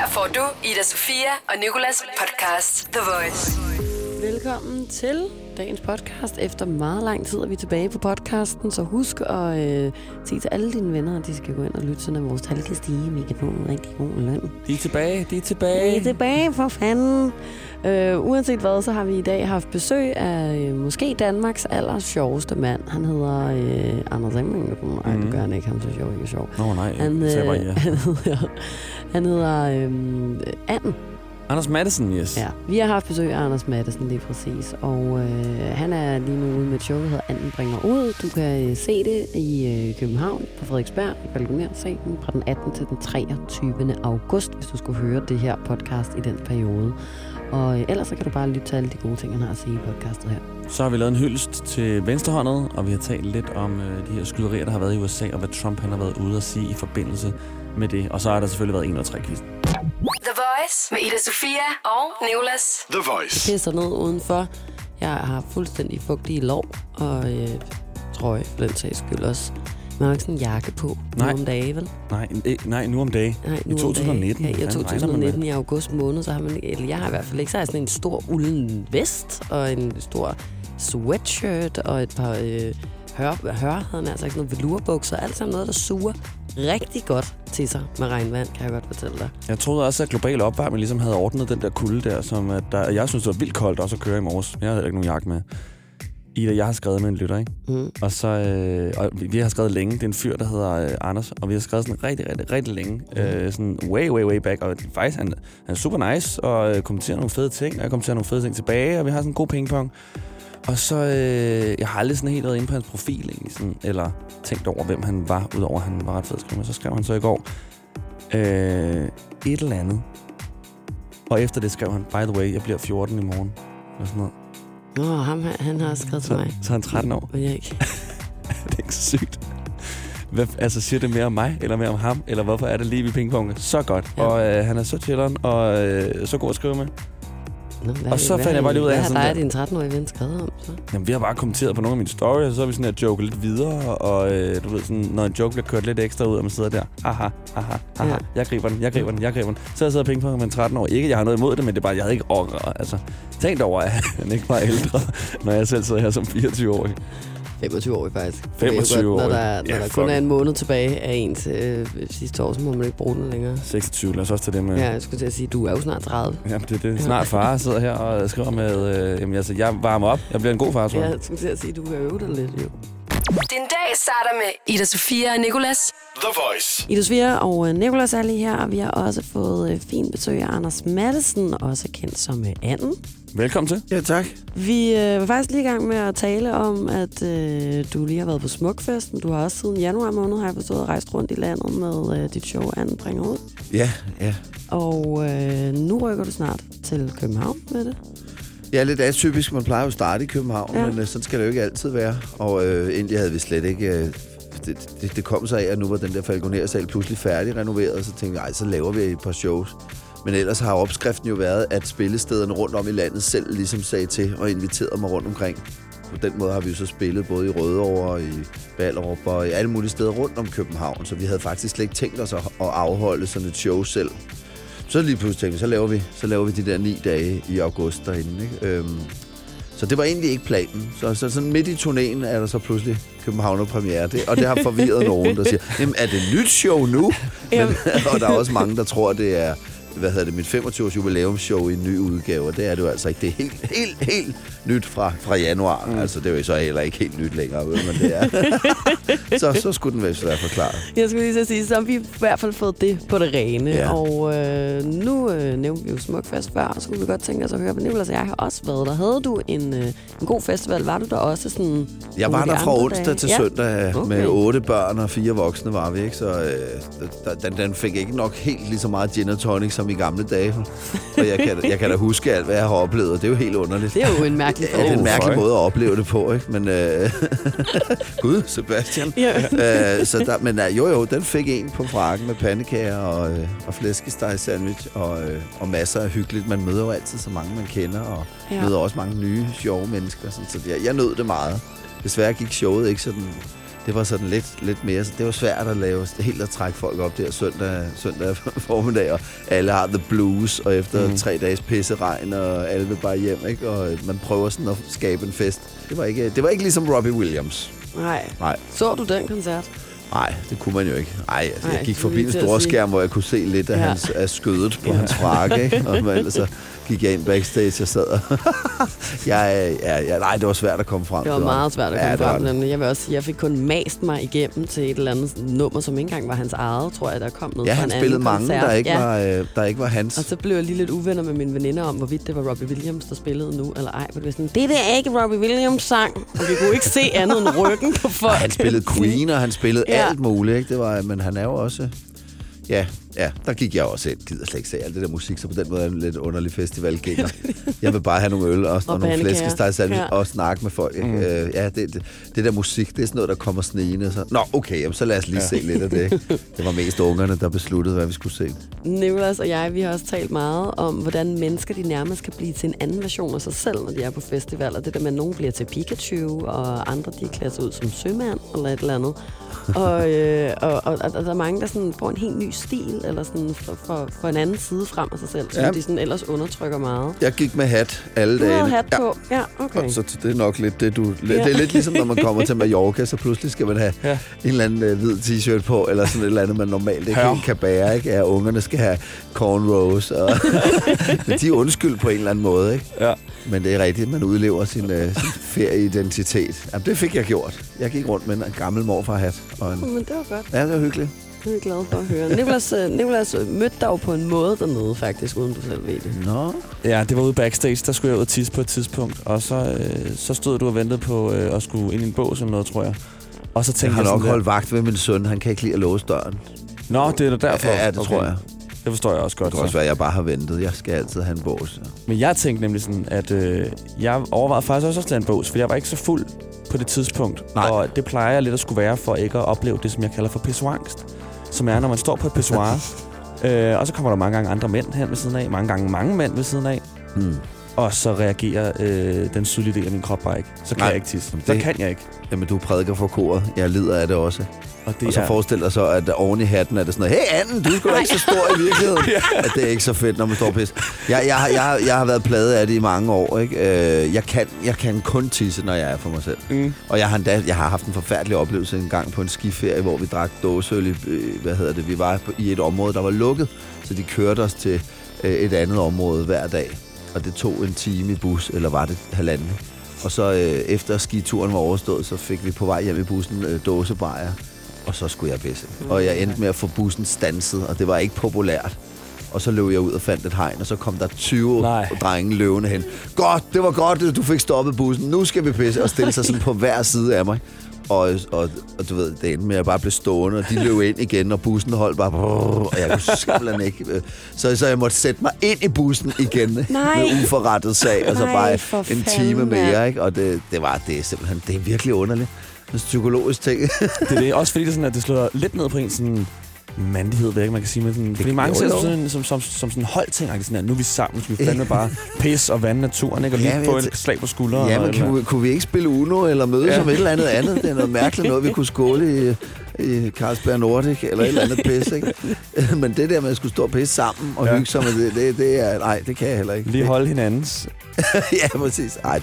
Her får du Ida Sofia og Nicolas podcast The Voice. Velkommen til dagens podcast. Efter meget lang tid er vi tilbage på podcasten, så husk at sige til alle dine venner, at de skal gå ind og lytte sådan, at vores tal kan stige. Vi kan få en rigtig god løn. De er tilbage. De er tilbage, for fanden. Uanset hvad, så har vi i dag haft besøg af måske Danmarks aller sjoveste mand. Han hedder Anders Hemming. Nej, det gør han ikke. Han er så sjov, ikke sjov. Nej, han hedder Anden. Anders Matthesen, yes. Ja, vi har haft besøg af Anders Matthesen, lige præcis. Og han er lige nu ude med et show, der hedder Anden bringer ud. Du kan se det i København på Frederiksberg i Balkonersalen fra den 18. til den 23. august, hvis du skulle høre det her podcast i den periode. Og ellers så kan du bare lytte til alle de gode ting, han har at sige i podcastet her. Så har vi lavet en hyldest til venstrehåndet, og vi har talt lidt om de her skyderier, der har været i USA, og hvad Trump han har været ude at sige i forbindelse med det. Og så har der selvfølgelig været 1 og 3 quizzen. The Voice med Ida Sofia og Nicolas. The Voice. Jeg pisser ned udenfor. Jeg har fuldstændig fugtige lår og trøje, for den sags skyld også. Man har ikke sådan en jakke på nu om dage, vel? Nej, nu om dage. I 2019. Ja, i 2019 i august måned, så har man, eller jeg har i hvert fald ikke, så har jeg sådan en stor ulden vest og en stor sweatshirt og et par hørhaderne, altså sådan nogle velurbukser, alt sammen noget, der suger rigtig godt til sig med regnvand, kan jeg godt fortælle dig. Jeg troede også, at global opvarmning ligesom havde ordnet den der kulde der, som at jeg synes, det var vildt koldt også at køre i morges. Jeg havde ikke nogen jakke med. Ida, jeg har skrevet med en lytter, ikke? Og så og vi har skrevet længe. Det er en fyr, der hedder Anders, og vi har skrevet sådan rigtig længe. Sådan way back. Og faktisk, han er super nice, og kommenterer nogle fede ting, og jeg kommenterer nogle fede ting tilbage, og vi har sådan en god pingpong. Og så, jeg har aldrig sådan helt været inde på hans profil, egentlig, sådan, eller tænkt over, hvem han var, udover at han var ret fed at skrive. Så skrev han så i går et eller andet. Og efter det skrev han, by the way, jeg bliver 14 i morgen. Eller sådan noget. Han har skrevet til mig. Så er han 13 år? Og jeg ikke. Det er ikke så sygt. Altså, siger det mere om mig, eller mere om ham? Eller hvorfor er det lige, vi pingponger så godt? Ja. Og han er så chilleren, og så god at skrive med. Og så fandt jeg bare lige ud af... Hvad har dig din 13-årige ven skrevet om, så? Jamen, vi har bare kommenteret på nogle af mine stories, og så har vi sådan her joke lidt videre, og du ved sådan, når en joke bliver kørt lidt ekstra ud, og man sidder der, haha, ja. jeg griber den. Så jeg sidder og pingponger med en 13-år. Ikke, jeg har noget imod det, men det er bare, jeg havde ikke tænkt over, at han ikke var ældre, når jeg selv sidder her som 24-årig. 25-årig faktisk. 25 år. Når der kun er en måned tilbage af ens sidste år, så må man ikke bruge den længere. 26, lad os også tage det med. Ja, jeg skulle til at sige, du er jo snart 30. Ja, det er det. Snart far sidder her og skriver med, jamen altså, jeg varmer op. Jeg bliver en god far, tror jeg. Ja, jeg skulle til at sige, du kan øve dig lidt, jo. Din dag starter med Ida Sofia og Nicolas. The Voice. Ida Sofia og Nicolas er lige her, og vi har også fået fint besøg af Anders Matthesen, også kendt som Anden. Velkommen til. Ja, tak. Vi var faktisk lige i gang med at tale om, at du lige har været på Smukfesten. Du har også siden januar måned, har jeg forstået, rejst rundt i landet med dit show, Anden bringer ud. Ja. Og nu rykker du snart til København med det. Ja, lidt atypisk. Man plejer jo at starte i København, men sådan skal det jo ikke altid være. Og egentlig havde vi slet ikke... Det kom så af, at nu var den der Falconer-sal pludselig færdig renoveret, og så tænkte jeg, så laver vi et par shows. Men ellers har opskriften jo været, at spillestederne rundt om i landet selv ligesom sagde til og inviterede mig rundt omkring. På den måde har vi jo så spillet både i Rødovre og i Ballerup og i alle mulige steder rundt om København, så vi havde faktisk slet ikke tænkt os at afholde sådan et show selv. Så lige pludselig tænkte vi, så laver vi de der 9 dage i august derinde, ikke? Så det var egentlig ikke planen. Så sådan midt i turnéen er der så pludselig Københavner-premiere. Og det har forvirret nogen, der siger, jamen er det nyt show nu? Men, og der er også mange, der tror, det er mit 25-års jubilæumsshow i en ny udgave. Og det er det jo altså ikke. Det er helt nyt fra januar. Altså det er jo så heller ikke helt nyt længere, men det er. så skulle den vist være forklaret. Jeg skulle lige så sige, så har vi i hvert fald fået det på det rene. Ja. Og nu nævnte vi jo Smukfest før, og så kunne vi godt tænke os at høre på Nicolas. Jeg har også været der. Havde du en god festival? Var du der også sådan? Jeg var der fra onsdag til søndag med 8 børn og 4 voksne var vi, ikke? Så den fik ikke nok helt lige så meget gin og tonic som i gamle dage. Og jeg kan da huske alt, hvad jeg har oplevet. Det er jo helt underligt. Det er jo en mærkelig det er en mærkelig måde at opleve det på, ikke? Men Gud, Sebastian. Men jo, den fik en på frakken med pandekager og flæskesteg sandwich og masser af hyggeligt. Man møder jo altid så mange, man kender, og møder også mange nye, sjove mennesker. Så jeg nød det meget. Desværre gik showet ikke sådan Det var sådan lidt mere, så det var svært at lave, helt at trække folk op der søndag formiddag, og alle har the blues, og efter 3 dages pisseregn, og alle vil bare hjem, ikke? Og man prøver sådan at skabe en fest. Det var ikke ligesom Robbie Williams. Nej. Så du den koncert? Nej, det kunne man jo ikke. Jeg gik forbi en stor skærm, hvor jeg kunne se lidt af skødet på hans frakke, ikke? Og ellers så gik jeg ind backstage og sad og... nej, det var svært at komme frem. Det var meget svært at komme frem. Jeg vil også sige, jeg fik kun mast mig igennem til et eller andet nummer, som ikke engang var hans eget, tror jeg, der kom noget fra en anden koncert. Ja, han spillede mange, der ikke var hans. Og så blev jeg lige lidt uvenner med mine veninder om, hvorvidt det var Robbie Williams, der spillede nu, eller ej. Det er ikke Robbie Williams sang, og vi kunne ikke se andet end ryggen på folk. Han spillede Queen, og han spillede alt muligt, ikke? Det var, men han er jo også... Ja, der gik jeg også ind. Gider slet ikke se alt det der musik, så på den måde er det en lidt underlig festivalgænger. Jeg vil bare have nogle øl og nogle flæskesteg og snakke med folk. Det der musik, det er sådan noget, der kommer snigende. Så. Nå, okay, jamen, så lad os lige se lidt af det. Det var mest ungerne, der besluttede, hvad vi skulle se. Nicolas og jeg, vi har også talt meget om, hvordan mennesker de nærmest kan blive til en anden version af sig selv, når de er på festivaler. Det der med, at nogen bliver til Pikachu, og andre de klæder sig ud som sømand eller et eller andet. Og der er mange, der sådan får en helt ny stil, eller sådan for en anden side frem af sig selv, som de sådan ellers undertrykker meget. Jeg gik med hat alle dage. Du havde hat på? Ja, okay. Så det er nok lidt det, du... Det er lidt ligesom, når man kommer til Mallorca, så pludselig skal man have en eller anden hvid t-shirt på, eller sådan et eller andet, man normalt ikke helt kan bære, ikke? Ja, ungerne skal have cornrows, og men de er undskyld på en eller anden måde, ikke? Ja. Men det er rigtigt, man udlever sin ferieidentitet. Jamen, det fik jeg gjort. Jeg gik rundt med en gammel morfarhat. Men det var godt. Ja, det var hyggeligt. Det er jeg glad for at høre. Nicolas mødte dig jo på en måde dernede, faktisk, uden du selv ved det. Nå. Ja, det var ude backstage. Der skulle jeg ud og tisse på et tidspunkt. Og så stod du og ventede på at skulle ind i en bås eller noget, tror jeg. Og så tænkte jeg har nok holdt vagt ved min søn. Han kan ikke lide at låse døren. Nå, det er derfor. Ja, det tror jeg. Det forstår jeg også godt. Det kan også være, at jeg bare har ventet. Jeg skal altid have en bås. Ja. Men jeg tænkte nemlig sådan, at jeg overvejede faktisk også at tage en bås, for jeg var ikke så fuld på det tidspunkt. Nej. Og det plejer jeg lidt at skulle være, for ikke at opleve det, som jeg kalder for pissoirangst. Som er, når man står på et pissoir, og så kommer der mange gange andre mænd hen ved siden af, mange mænd ved siden af. Og så reagerer den sydlige del af min krop bare ikke. Så kan jeg ikke tisse. Så kan jeg ikke. Jamen, du prædiker for koret. Jeg lider af det også. Og så forestil dig så, at oven i hatten er det sådan noget, hey Anden, du er sgu da ikke så stor i virkeligheden. At det er ikke så fedt, når man står og pisse. Jeg har været plaget af det i mange år, ikke? Jeg kan kun tisse, når jeg er for mig selv. Og jeg har haft en forfærdelig oplevelse en gang på en skiferie, hvor vi drak dåseøl i, vi var i et område, der var lukket. Så de kørte os til et andet område hver dag. Og det tog en time i bus, eller var det halvanden. Og så efter skituren var overstået, så fik vi på vej hjem i bussen dåsebajer. Og så skulle jeg pisse. Og jeg endte med at få bussen standset, og det var ikke populært. Og så løb jeg ud og fandt et hegn, og så kom der 20 drenge løvende hen. Godt, det var godt, du fik stoppet bussen. Nu skal vi pisse. Og stille sig sådan på hver side af mig. Og du ved, det endte med, at jeg bare blev stående, og de løb ind igen, og bussen holdt bare... Og jeg kunne simpelthen ikke... Så jeg måtte sætte mig ind i bussen igen med uforrettet sag, og så bare en time mere, ikke? Og det er simpelthen... Det er virkelig underligt. En psykologisk ting. Det er også fordi, det er sådan, at det slår lidt ned på en sådan mandighed, ved ikke, man kan sige. Sådan, fordi mange ser sådan, som sådan holdting, sådan, at nu er vi sammen, så vi fandme bare pisse og vande naturen, ikke? Og lige få et slag på skulderen. Ja, men kunne vi ikke spille Uno eller mødes om et eller andet? Det er noget mærkeligt noget, vi kunne skåle i Carlsberg Nordic eller et eller andet pisse, ikke? Men det der med at skulle stå og pisse sammen og hygge sig med det er... Nej, det kan jeg heller ikke. Lige holde hinandens. Ja, præcis. Ej,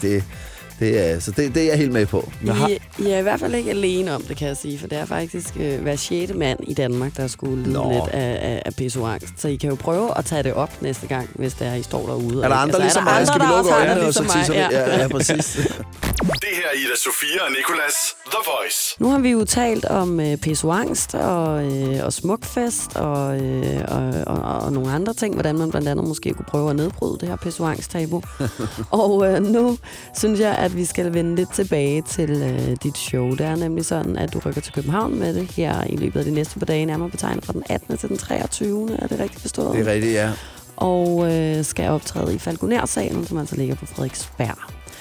det er jeg helt med på. I er i hvert fald ikke alene om det, kan jeg sige, for det er faktisk hver 6. mand i Danmark, der skulle lide lidt af pissoirangst. Så I kan jo prøve at tage det op næste gang, hvis der I står derude. Er der andre ligesom mig? Skal vi lukke øjnene og så tisser vi? Ja, præcis. Det her er Ida Sofia og Nicolas, The Voice. Nu har vi jo talt om pissoirangst og smukfest og nogle andre ting, hvordan man blandt andet måske kunne prøve at nedbryde det her pissoirangst-tabu. Og nu synes jeg, at vi skal vende lidt tilbage til dit show. Det er nemlig sådan, at du rykker til København med det her i løbet af de næste par dage, nærmere betegnet fra den 18. til den 23. Er det rigtigt forstået? Det er rigtigt, ja. Og skal optræde i Falconer-salen, som altså ligger på Frederiksberg.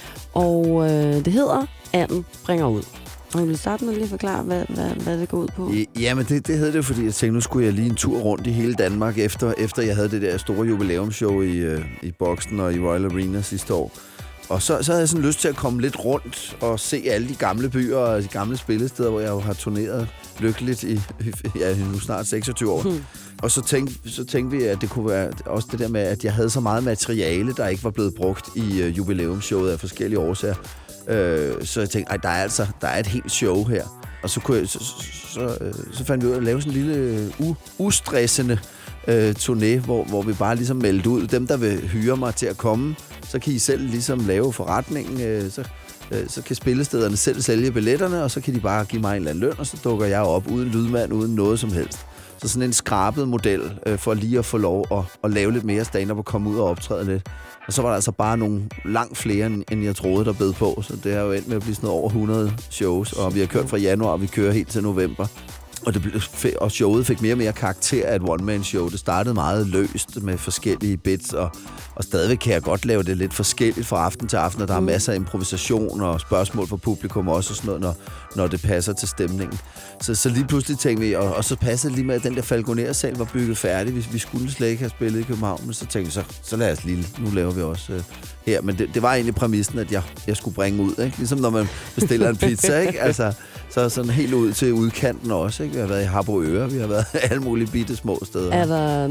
Og det hedder Anden bringer ud. Og vil du starte med at lige forklare, hvad det går ud på? Jamen, det hed det, fordi jeg tænkte, nu skulle jeg lige en tur rundt i hele Danmark, efter jeg havde det der store jubilæumsshow i Boxen og i Royal Arena sidste år. Og så havde jeg sådan lyst til at komme lidt rundt og se alle de gamle byer og de gamle spillesteder, hvor jeg jo har turneret lykkeligt i nu snart 26 år. Og så tænkte vi, at det kunne være også det der med, at jeg havde så meget materiale, der ikke var blevet brugt i jubilæumsshowet af forskellige årsager. Så jeg tænkte, der er et helt show her. Og så fandt vi ud af at lave sådan en lille ustressende turné, hvor vi bare ligesom meldte ud. Dem, der vil hyre mig til at komme, så kan I selv ligesom lave forretningen. Så kan spillestederne selv sælge billetterne, og så kan de bare give mig en eller anden løn, og så dukker jeg op uden lydmand, uden noget som helst. Så sådan en skrabet model for lige at få lov at lave lidt mere stand-up og komme ud og optræde lidt. Og så var der altså bare nogle langt flere, end jeg troede, der bed på. Så det har jo endt med at blive sådan noget over 100 shows, og vi har kørt fra januar, og vi kører helt til november. Og showet fik mere og mere karakter af et one-man-show. Det startede meget løst med forskellige bits, og stadigvæk kan jeg godt lave det lidt forskelligt fra aften til aften, og der er masser af improvisation og spørgsmål fra publikum også, og sådan noget, når det passer til stemningen. Så lige pludselig tænkte vi, og så passede det lige med, at den der Falconer-sal var bygget færdig. Vi skulle slet ikke have spillet i København, men så tænkte vi, så lad os lige, nu laver vi også her. Men det var egentlig præmissen, at jeg skulle bringe ud, ikke? Ligesom når man bestiller en pizza, ikke? Altså, så sådan helt ud til udkanten også, ikke? Vi har været i Harboøre, vi har været alle mulige bitte små steder. Er der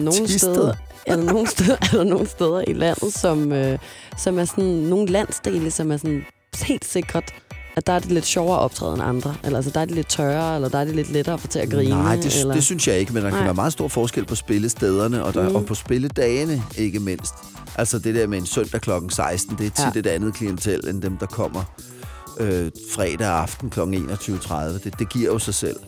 nogle steder i landet, som er sådan nogle landsdele, som er sådan helt sikkert, at der er det lidt sjovere optræde end andre? Eller altså, der er det lidt tørre, eller der er det lidt lettere for til at grine? Nej, det synes jeg ikke, men der kan være meget stor forskel på spillestederne, og på spilledagene ikke mindst. Altså det der med en søndag kl. 16, det er tit et andet klientel, end dem, der kommer fredag aften kl. 21.30. Det giver jo sig selv.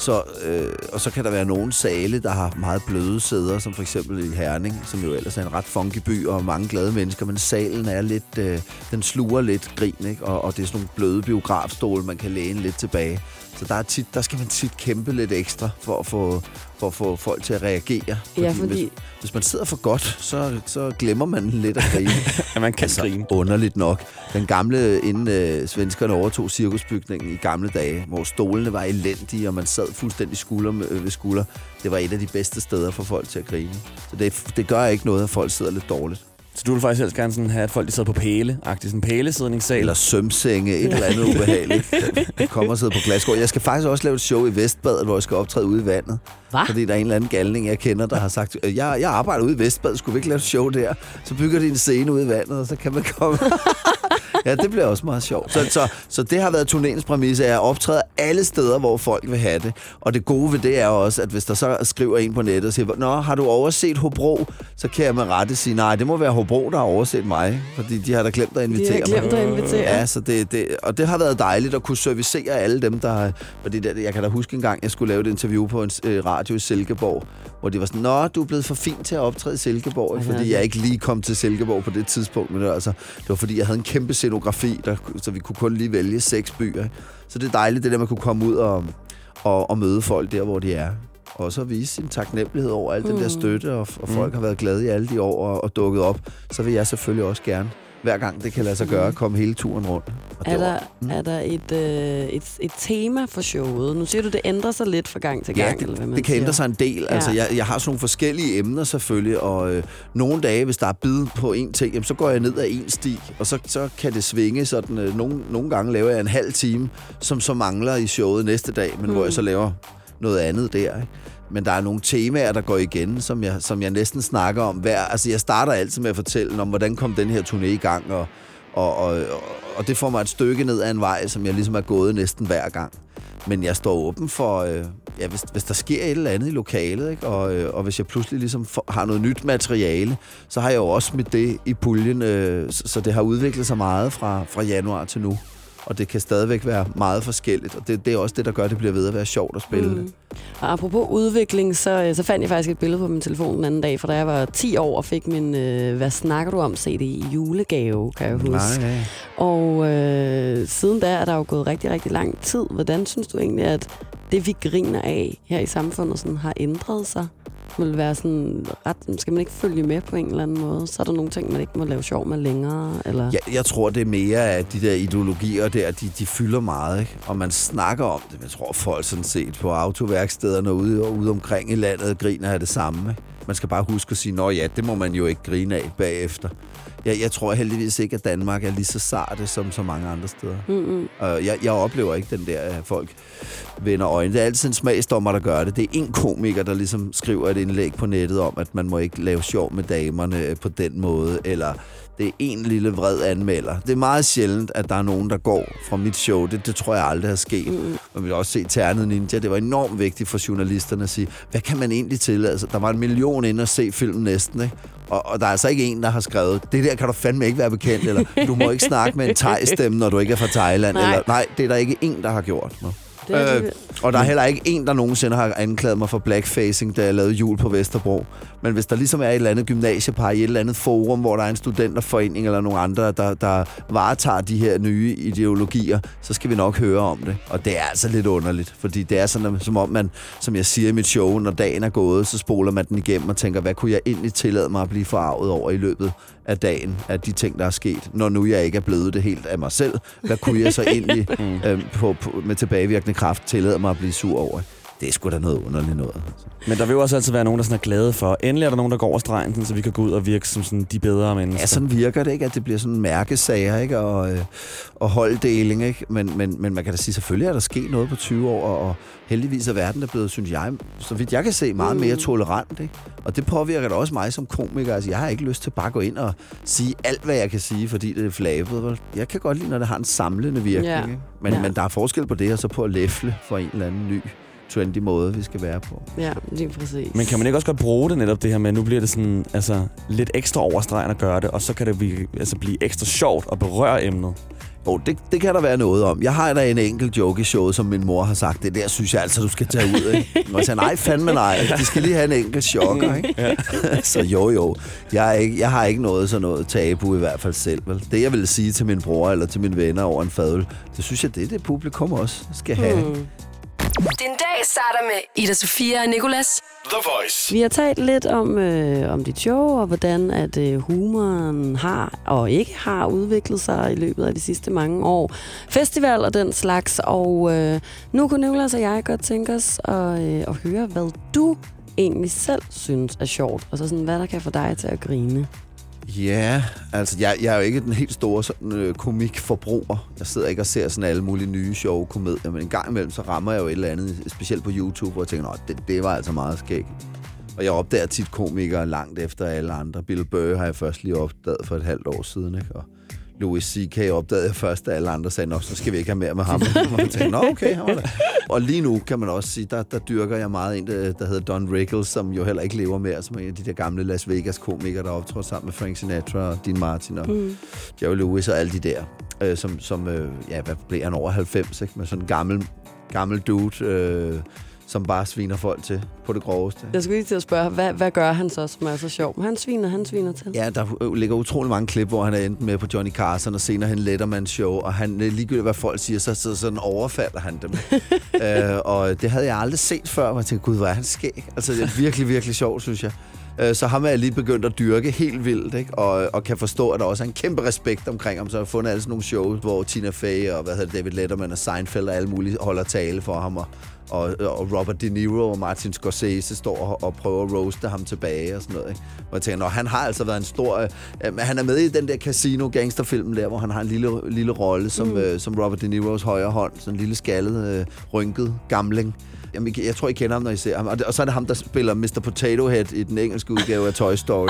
Og så kan der være nogle sale, der har meget bløde sæder, som for eksempel i Herning, som jo ellers er en ret funky by og mange glade mennesker, men salen er lidt, den sluger lidt grin, ikke? Og det er sådan nogle bløde biografstole, man kan læne lidt tilbage. Så der skal man tit kæmpe lidt ekstra for at få folk til at reagere. Hvis man sidder for godt, så glemmer man lidt at grine. Ja, man kan grine. Underligt nok. Den gamle, inden svenskerne overtog cirkusbygningen i gamle dage, hvor stolene var elendige, og man sad fuldstændig skulder ved skulder, det var et af de bedste steder for folk til at grine. Så det gør ikke noget, at folk sidder lidt dårligt. Så du vil faktisk helst gerne sådan have, at folk de sidder på pæle-agtigt, sådan en pælesidningssal? Eller sømsenge, et eller andet ubehageligt. Jeg kommer og sidder på glasgård. Jeg skal faktisk også lave et show i Vestbadet, hvor jeg skal optræde ude i vandet. Hva? Fordi der er en eller anden galning, jeg kender, der har sagt, jeg arbejder ude i Vestbadet, skulle vi ikke lave et show der? Så bygger de en scene ude i vandet, og så kan man komme... Ja, det bliver også meget sjovt. Så det har været turnéens præmisse, at jeg optræder alle steder, hvor folk vil have det. Og det gode ved det er også, at hvis der så skriver en på nettet og siger, nå, har du overset Hobro? Så kan jeg med rette sige, nej, det må være Hobro, der har overset mig. Fordi de har da glemt at invitere mig. De har glemt at invitere. Ja, så og det har været dejligt at kunne servicere alle dem, der har... Fordi jeg kan da huske en gang, jeg skulle lave et interview på en radio i Silkeborg, hvor de var sådan, nå, du er blevet for fin til at optræde i Silkeborg, fordi jeg ikke lige kom til Silkeborg på det tidspunkt. Men det var fordi, jeg havde en kæmpe scenografi, så vi kunne kun lige vælge 6 byer. Så det er dejligt, det der, man kunne komme ud og møde folk der, hvor de er. Og så vise sin taknemmelighed over al den der støtte, og folk har været glade i alle de år og dukket op. Så vil jeg selvfølgelig også gerne, hver gang det kan lade sig gøre, komme hele turen rundt. Er der et tema for showet? Nu siger du, det ændrer sig lidt fra gang til gang. Ja, eller hvad man det kan siger. ændre sig en del. Ja. Altså, jeg har sådan nogle forskellige emner selvfølgelig, og nogle dage, hvis der er bid på en ting, jamen, så går jeg ned ad en sti, og så kan det svinge sådan. Nogle gange laver jeg en halv time, som så mangler i showet næste dag, men hvor jeg så laver noget andet der, ikke? Men der er nogle temaer, der går igen, som jeg næsten snakker om. Altså, jeg starter altid med at fortælle om, hvordan kom den her turné i gang, og det får mig et stykke ned ad en vej, som jeg ligesom er gået næsten hver gang. Men jeg står åben for, hvis der sker et eller andet i lokalet, ikke? Og hvis jeg pludselig ligesom har noget nyt materiale, så har jeg jo også smidt det i puljen, så det har udviklet sig meget fra januar til nu. Og det kan stadigvæk være meget forskelligt, og det er også det, der gør, at det bliver ved at være sjovt at spille det. Og apropos udvikling, så fandt jeg faktisk et billede på min telefon den anden dag, for da jeg var 10 år og fik min Hvad snakker du om? CD i julegave, kan jeg huske. Nej. Og siden da er der jo gået rigtig, rigtig lang tid. Hvordan synes du egentlig, at det, vi griner af her i samfundet, sådan, har ændret sig? Vil være sådan skal man ikke følge med på en eller anden måde? Så er der nogle ting, man ikke må lave sjov med længere? Eller? Ja, jeg tror, det er mere, at de der ideologier der, de fylder meget, ikke? Og man snakker om det. Jeg tror, folk sådan set på autoværkstederne ude omkring i landet griner af det samme, ikke? Man skal bare huske at sige, nå ja, det må man jo ikke grine af bagefter. Jeg tror heldigvis ikke, at Danmark er lige så sarte som så mange andre steder. Jeg oplever ikke den der, at folk vender øjnene. Det er altid en smagsdommer, der gør det. Det er en komiker, der ligesom skriver et indlæg på nettet om, at man må ikke lave sjov med damerne på den måde, eller det er en lille vred anmelder. Det er meget sjældent, at der er nogen, der går fra mit show. Det tror jeg aldrig har sket. Man vil også se Ternet Ninja. Det var enormt vigtigt for journalisterne at sige, hvad kan man egentlig tillade? Der var 1 million inde og se filmen næsten, ikke? Og der er altså ikke en, der har skrevet, det der kan du fandme ikke være bekendt, eller du må ikke snakke med en thai-stemme, når du ikke er fra Thailand. Nej, det er der ikke en, der har gjort. Og der er heller ikke en, der nogensinde har anklaget mig for blackfacing, da jeg lavede Jul på Vesterbro. Men hvis der ligesom er et eller andet gymnasiepar i et eller andet forum, hvor der er en studenterforening eller nogle andre, der varetager de her nye ideologier, så skal vi nok høre om det. Og det er altså lidt underligt, fordi det er sådan, som om man, som jeg siger i mit show, når dagen er gået, så spoler man den igennem og tænker, hvad kunne jeg egentlig tillade mig at blive forarvet over i løbet af dagen, af de ting, der er sket, når nu jeg ikke er blevet det helt af mig selv. Hvad kunne jeg så egentlig med tilbagevirkende kraft tillade mig at blive sur over? Det er sgu da noget underligt noget. Men der vil jo også altid være nogen, der sådan er glade for. Endelig er der nogen, der går over stregen, så vi kan gå ud og virke som sådan de bedre mennesker. Ja, sådan virker det, ikke? At det bliver sådan mærkesager, ikke? Og holddeling, ikke? Men man kan da sige, selvfølgelig er der sket noget på 20 år, og heldigvis er verden der blevet, synes jeg, så vidt jeg kan se, meget mere tolerant, ikke? Og det påvirker da også mig som komiker. Altså, jeg har ikke lyst til bare at gå ind og sige alt, hvad jeg kan sige, fordi det er flabet. Jeg kan godt lide, når det har en samlende virkning, ikke? Men der er forskel på det, og så på at læfle for en eller anden ny trendy måde, vi skal være på. Ja, lige præcis. Men kan man ikke også godt bruge det netop det her med, nu bliver det sådan, altså, lidt ekstra overstregen at gøre det, og så kan det blive ekstra sjovt at berøre emnet? Jo, det kan der være noget om. Jeg har da en enkelt joke i showet, som min mor har sagt, det der synes jeg altså, du skal tage ud, ikke? Og jeg siger, nej, fandme nej. De skal lige have en enkelt chokker, ikke? Så jo. Jeg har ikke noget tabu i hvert fald selv, vel? Det, jeg ville sige til min bror eller til mine venner over en fadøl, det synes jeg, det publikum også skal have. Din dag starter med Ida Sofia og Nicolas. The Voice. Vi har talt lidt om dit show, og hvordan at humoren har og ikke har udviklet sig i løbet af de sidste mange år. Festival og den slags, og nu kunne Nicolas og jeg godt tænke os at høre, hvad du egentlig selv synes er sjovt, og så sådan, hvad der kan få dig til at grine. Ja, altså jeg er jo ikke den helt store sådan, komikforbruger. Jeg sidder ikke og ser sådan alle mulige nye sjove komedier, men en gang imellem så rammer jeg jo et eller andet, specielt på YouTube, hvor jeg tænker, det var altså meget skægt. Og jeg opdager tit komikere langt efter alle andre. Bill Burr har jeg først lige opdaget for et halvt år siden, ikke? Og Louis C.K. opdagede jeg først, da alle andre sagde, nå, så skal vi ikke have mere med ham. Og man tænkte, nå, okay, han var der. Og lige nu kan man også sige, der dyrker jeg meget en, der hedder Don Rickles, som jo heller ikke lever mere, som en af de der gamle Las Vegas-komikere, der optrådte sammen med Frank Sinatra og Dean Martin og Jerry Lewis og alle de der, hvad blev han over 90, ikke? Med sådan en gammel dude, som bare sviner folk til på det groveste. Jeg skulle lige til at spørge, hvad gør han så, som er så sjov? Han sviner til. Ja, der ligger utrolig mange klip, hvor han er endt med på Johnny Carson og senere hen Letterman show, og han ligegyldigt, hvad folk siger, så sådan overfalder han dem. Og det havde jeg aldrig set før, og jeg tænkte, gud, hvor er han skæg. Altså, det er virkelig, virkelig sjovt, synes jeg. Så ham er jeg lige begyndt at dyrke helt vildt, ikke? Og kan forstå, at der også er en kæmpe respekt omkring ham. Så jeg har fundet alle sådan nogle shows, hvor Tina Fey og David Letterman og Seinfeld og alle mulige holder tale for ham, og Robert De Niro og Martin Scorsese står og prøver at roaste ham tilbage og sådan noget, ikke? Og jeg tænker, han har altså været en stor... han er med i den der Casino-gangsterfilmen der, hvor han har en lille rolle som Robert De Niros højre hånd. Sådan en lille skaldet, rynket gamling. Jamen, jeg tror, I kender ham, når I ser ham. Og så er det ham, der spiller Mr. Potato Head i den engelske udgave af Toy Story.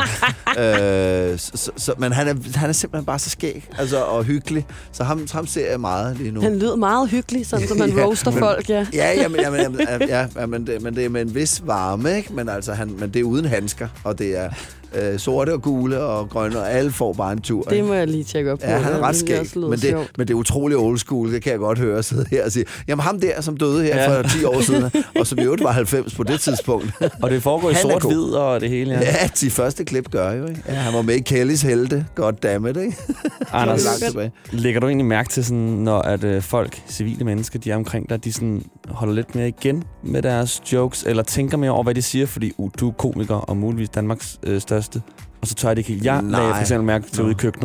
Men han er simpelthen bare så skæg, altså, og hyggelig. Så ham ser jeg meget lige nu. Han lyder meget hyggelig, sådan som man roaster folk, ja. Men det er med en vis varme, ikke? Men altså, men det er uden handsker, og det er... sorte og gule og grønne, og alle får bare en tur. Det må jeg lige tjekke op på. Ja, han er ret skæg, men det er utrolig old school, det kan jeg godt høre sidde her og sige, jamen ham der, som døde her for 10 år siden, og som i øvrigt var 90 på det tidspunkt. Og det foregår i sort-hvid og det hele, ja. Ja, de første klip gør jo, ikke? Ja, han var med i Kellys Helte. Goddammit, ikke? Anders, lægger du egentlig mærke til, sådan, når at folk, civile mennesker, de er omkring dig, de sådan holder lidt mere igen med deres jokes, eller tænker mere over, hvad de siger, fordi du er komiker og muligvis Danmarks største, og så tør jeg det ikke helt. Jeg lagde for eksempel mærke til ude i køkkenet,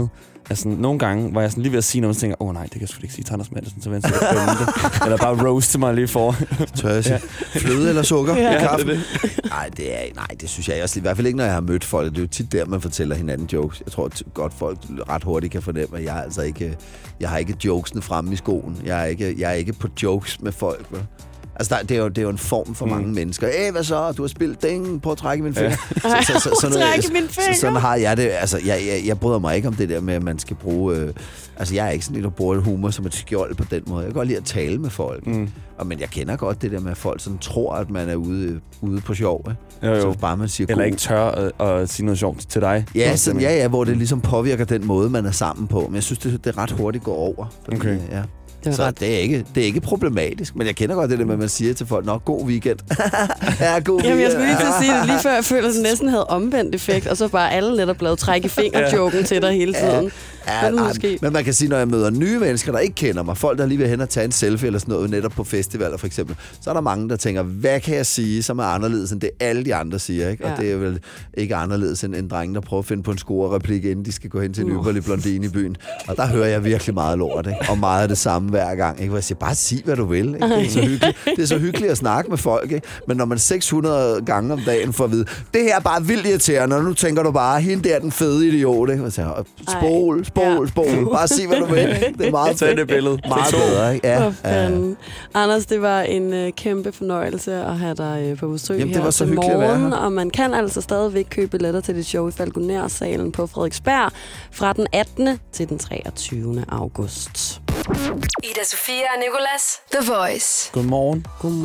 Altså, nogle gange var jeg sådan lige ved at sige noget, og så tænker nej, det kan jeg sgu ikke sige til Anders Matthesen, så vil jeg det. Eller bare roaste mig lige for. Tør jeg sige? Fløde eller sukker i kaffen? Det. Nej, det synes jeg også. I hvert fald ikke, når jeg har mødt folk. Det er jo tit der, man fortæller hinanden jokes. Jeg tror godt, folk ret hurtigt kan fornemme, at jeg har ikke jokesene fremme i skoen. Jeg er ikke på jokes med folk, vel? Altså, det er jo en form for mange mennesker. Hvad så? Du har spillet ding på at trække min finger. Sådan har jeg det. Altså, jeg bryder mig ikke om det der med, at man skal bruge... jeg er ikke sådan lidt at bruge humor som et skjold på den måde. Jeg kan godt lide at tale med folk. Men jeg kender godt det der med, at folk sådan tror, at man er ude på sjov. Jo. Så bare man siger eller ikke tør at sige noget sjovt til dig. Ja, hvor det ligesom påvirker den måde, man er sammen på. Men jeg synes, det ret hurtigt går over. Fordi, okay. Ja. Så det er ikke problematisk, men jeg kender godt det der med, at man siger til folk, god weekend. Ja, god weekend. Jamen, jeg skulle lige til at sige det lige før, jeg føler, at det næsten havde omvendt effekt, og så bare alle netop blevet trække i fingerjoken til dig hele tiden. Men man kan sige, når jeg møder nye mennesker, der ikke kender mig, folk, der lige vil hen og tage en selfie eller sådan noget, netop på festivaler for eksempel, så er der mange, der tænker, hvad kan jeg sige, som er anderledes end det alle de andre siger, ikke? Og det er vel ikke anderledes end en dreng, der prøver at finde på en score-replik, inden de skal gå hen til en ypperlig blondine i byen. Og der hører jeg virkelig meget lort, ikke? Og meget af det samme hver gang, ikke? Hvor jeg siger, bare sig, hvad du vil, ikke? Det er så hyggeligt. Det er så hyggeligt at snakke med folk, ikke? Men når man 600 gange om dagen får at vide, det her er bare vildt irriterende, og nu tænker du bare, hende der den fede idiot, ikke? Og så spol. Bare sig, hvad du vil. Det er meget fedt. Det billede. Meget bedre, ikke? Ja. Anders, det var en kæmpe fornøjelse at have dig på besøg her til morgen. Og man kan altså stadigvæk købe billetter til dit show i Falconer-salen på Frederiksberg fra den 18. til den 23. august. Ida Sofia og Nicolas, The Voice. Godmorgen.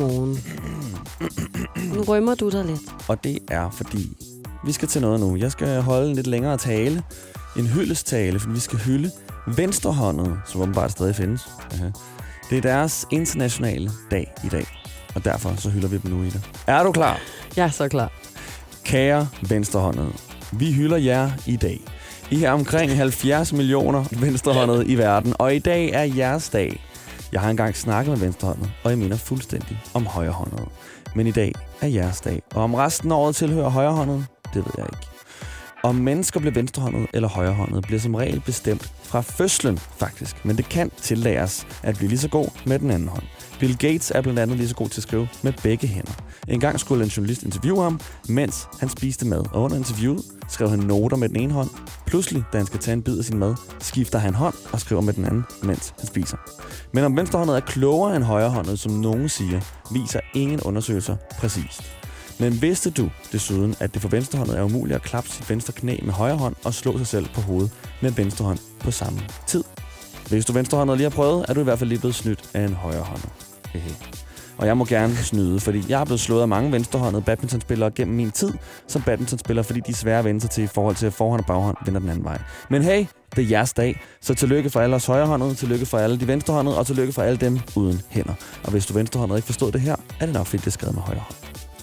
Nu rømmer du dig lidt. Og det er, fordi vi skal til noget nu. Jeg skal holde en lidt længere tale. En hyldestale, for vi skal hylde venstrehåndet, som åbenbart stadig findes. Det er deres internationale dag i dag, og derfor så hylder vi dem nu, Ida. Er du klar? Jeg er så klar. Kære venstrehåndet, vi hylder jer i dag. I er omkring 70 millioner venstrehåndede i verden, og i dag er jeres dag. Jeg har engang snakket med venstrehåndet, og jeg mener fuldstændig om højrehåndede. Men i dag er jeres dag, og om resten af året tilhører højrehåndede, det ved jeg ikke. Om mennesker bliver venstrehåndet eller højrehåndet, bliver som regel bestemt fra fødslen, faktisk. Men det kan tillæres at blive lige så god med den anden hånd. Bill Gates er blandt andet lige så god til at skrive med begge hænder. En gang skulle en journalist interviewe ham, mens han spiste mad. Og under interviewet skrev han noter med den ene hånd. Pludselig, da han skal tage en bid af sin mad, skifter han hånd og skriver med den anden, mens han spiser. Men om venstrehåndet er klogere end højrehåndet, som nogen siger, viser ingen undersøgelser præcist. Men vidste du desuden, at det for venstrehåndet er umuligt at klappe sit venstre knæ med højre hånd og slå sig selv på hovedet med venstre hånd på samme tid? Hvis du venstrehåndet lige har prøvet, er du i hvert fald lige blevet snydt af en højre hånd. Og jeg må gerne snyde, fordi jeg er blevet slået af mange venstrehåndede badmintonspillere gennem min tid som badmintonspiller, fordi de er svære at vende sig til i forhold til, at forhånd og baghånd vender den anden vej. Men hey, det er jeres dag, så tillykke for alle os højrehåndede, tillykke for alle de venstrehåndede, og tillykke for alle dem uden hænder. Og hvis du venstrehåndet ikke forstod det her, er det nok fordi det er skrevet med højre hånd.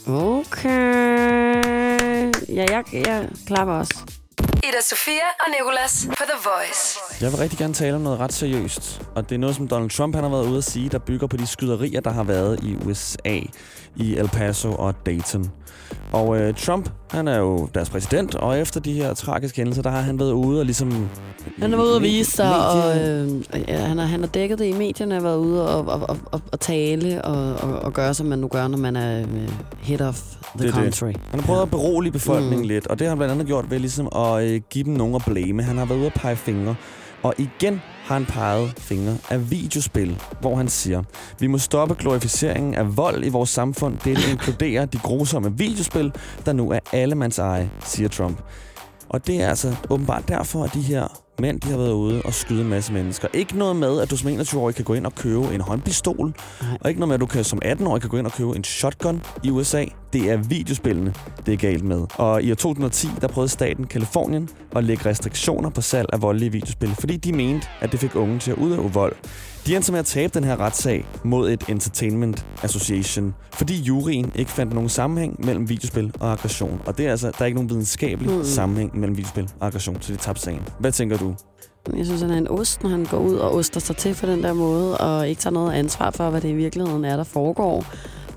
Okay. Ja, jeg klapper også. Ida Sofia og Nicolas på The Voice. Jeg vil rigtig gerne tale om noget ret seriøst. Og det er noget, som Donald Trump han har været ude at sige, der bygger på de skyderier, der har været i USA, i El Paso og Dayton. Og Trump, han er jo deres præsident, og efter de her tragiske hændelser, der har han været ude og ligesom... Han har været ude at vise sig, og han har dækket det i medierne, har været ude og tale og gøre, som man nu gør, når man er head of the country. Det. Han har prøvet at berolige befolkningen lidt, og det har han blandt andet gjort ved ligesom at give dem nogen at blame. Han har været ude at pege fingre. Og igen har han peget fingre af videospil, hvor han siger, vi må stoppe glorificeringen af vold i vores samfund. Det inkluderer de grusomme videospil, der nu er allemands eje, siger Trump. Og det er altså åbenbart derfor, at de her mænd, de har været ude og skyde en masse mennesker. Ikke noget med, at du som 21-årig kan gå ind og købe en håndpistol. Og ikke noget med, at du kan som 18-årig kan gå ind og købe en shotgun i USA. Det er videospillene, det er galt med. Og i år 2010, der prøvede staten Kalifornien at lægge restriktioner på salg af voldelige videospil, fordi de mente, at det fik unge til at udøve vold. De endte med at tabe den her retssag mod et Entertainment Association, fordi juryen ikke fandt nogen sammenhæng mellem videospil og aggression. Og det er altså, der er ikke nogen videnskabelig sammenhæng mellem videospil og aggression, så det tabte sagen. Hvad tænker du? Jeg synes, han er en ost, når han går ud og oster sig til på den der måde, og ikke tager noget ansvar for, hvad det i virkeligheden er, der foregår.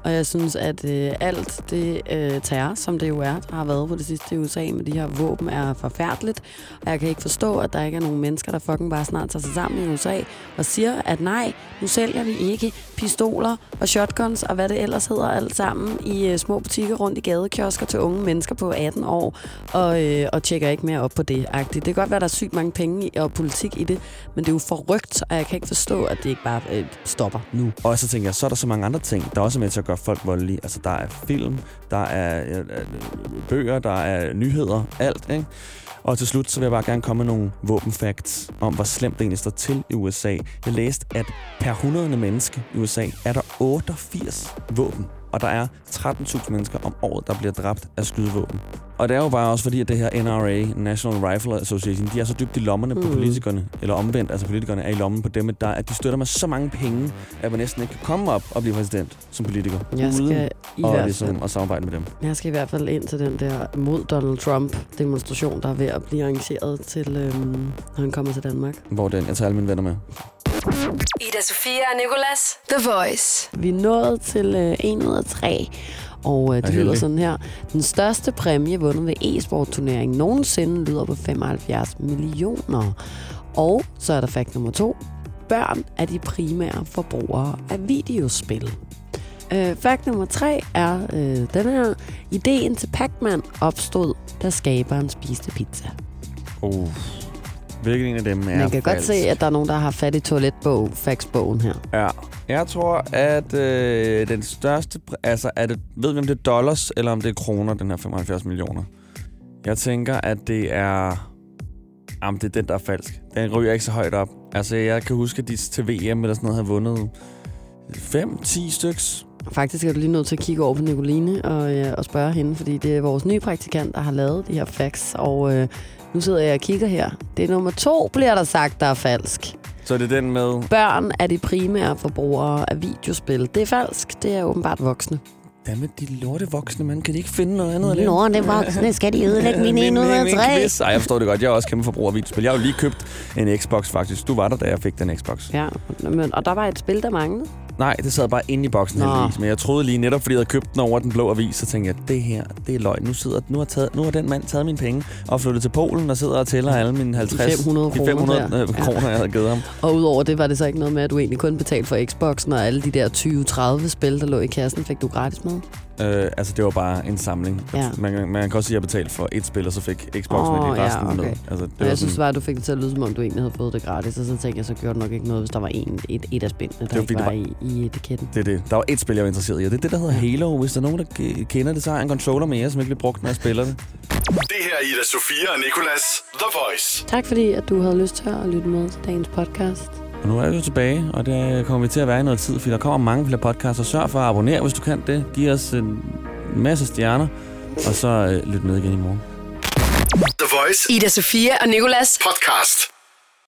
Og jeg synes, at alt det terror, som det jo er, der har været på det sidste i USA med de her våben, er forfærdeligt. Og jeg kan ikke forstå, at der ikke er nogen mennesker, der fucking bare snart tager sig sammen i USA og siger, at nej, nu sælger vi ikke pistoler og shotguns og hvad det ellers hedder alt sammen i små butikker rundt i gadekiosker til unge mennesker på 18 år og tjekker ikke mere op på det. Det kan godt være, der er sygt mange penge og politik i det, men det er jo forrygt, og jeg kan ikke forstå, at det ikke bare stopper nu. Og så tænker jeg, så er der så mange andre ting, der også er med til at gøre folk voldelige. Altså, der er film, der er bøger, der er nyheder, alt, ikke? Og til slut, så vil jeg bare gerne komme med nogle våbenfacts om, hvor slemt det egentlig står til i USA. Jeg læste, at per 100 mennesker i USA er der 88 våben. Og der er 13.000 mennesker om året, der bliver dræbt af skydevåben. Og det er jo bare også fordi, at det her NRA, National Rifle Association, de er så dybt i lommerne på politikerne, eller omvendt, altså politikerne er i lommen på dem, at de støtter med så mange penge, at man næsten ikke kan komme op og blive præsident som politiker. Og samarbejde med dem. Jeg skal i hvert fald ind til den der mod Donald Trump-demonstration, der er ved at blive arrangeret til, når han kommer til Danmark. Hvor den? Jeg tager alle mine venner med. Ida Sofia og Nicolas, The Voice. Vi er nået til 1 ud af 3, og det lyder sådan her. Den største præmie vundet ved e-sport-turneringen nogensinde lyder på 75 millioner. Og så er der fakt nummer 2. Børn er de primære forbrugere af videospil. Fakt nummer 3 er den her. Ideen til Pac-Man opstod, da skaberen spiste pizza. Hvilken en af dem er Man kan falsk. godt se, at der er nogen, der har fat i toiletbog-faxbogen her. Ja. Jeg tror, at den største... Altså, ved vi, om det er dollars, eller om det er kroner, den her 75 millioner? Jeg tænker, at det er... Jamen, det er den, der er falsk. Den ryger ikke så højt op. Altså, jeg kan huske, at de til VM eller sådan noget har vundet 5-10 styks. Faktisk er du lige nødt til at kigge over på Nicoline og spørge hende, fordi det er vores nye praktikant, der har lavet de her facts, og nu sidder jeg og kigger her. Det er nummer 2, bliver der sagt, der er falsk. Så det er den med... Børn er de primære forbrugere af videospil. Det er falsk. Det er åbenbart voksne. Hvad med de lorte voksne, man? Kan de ikke finde noget andet? Lorte voksne, skal de ødelægge min 1 ud af 3? Ej, jeg forstår det godt. Jeg er også kæmpe forbruger af videospil. Jeg har jo lige købt en Xbox, faktisk. Du var der, da jeg fik den Xbox. Ja, og der var et spil, der manglede. Nej, det sad bare inde i boksen heldigvis. Men jeg troede lige netop, fordi jeg havde købt den over den blå avis, så tænkte jeg, det her, det er løgn. Nu har den mand taget mine penge og flyttet til Polen og sidder og tæller alle mine 500 kroner, jeg havde givet ham. Og udover det var det så ikke noget med, at du egentlig kun betalte for Xboxen, og alle de der 20-30 spil, der lå i kassen, fik du gratis med? Altså, det var bare en samling. Ja. Man kan også sige, at jeg betalte for et spil, og så fik Xbox med det resten med. Altså, det jeg synes bare, at du fik det til at lyde, som om du egentlig havde fået det gratis, og så tænkte jeg, så gjorde det nok ikke noget, hvis der var et af spillene, der ikke var i etiketten. Det er det. Der var et spil, jeg var interesseret i, og det er det, der hedder Halo. Hvis der er nogen, der kender det, så har jeg en controller med jer, som ikke bliver brugt, når jeg spiller det. Det her er Ida Sofia og Nicolas, The Voice. Tak fordi, at du havde lyst til at lytte med til dagens podcast. Og nu er vi jo tilbage, og det kommer vi til at være i noget tid, fordi der kommer mange flere podcasts, og sørg for at abonnere, hvis du kan det. Giv os en masse stjerner, og så lyt med igen i morgen. The Voice. Ida Sofia og Nicolas Podcast.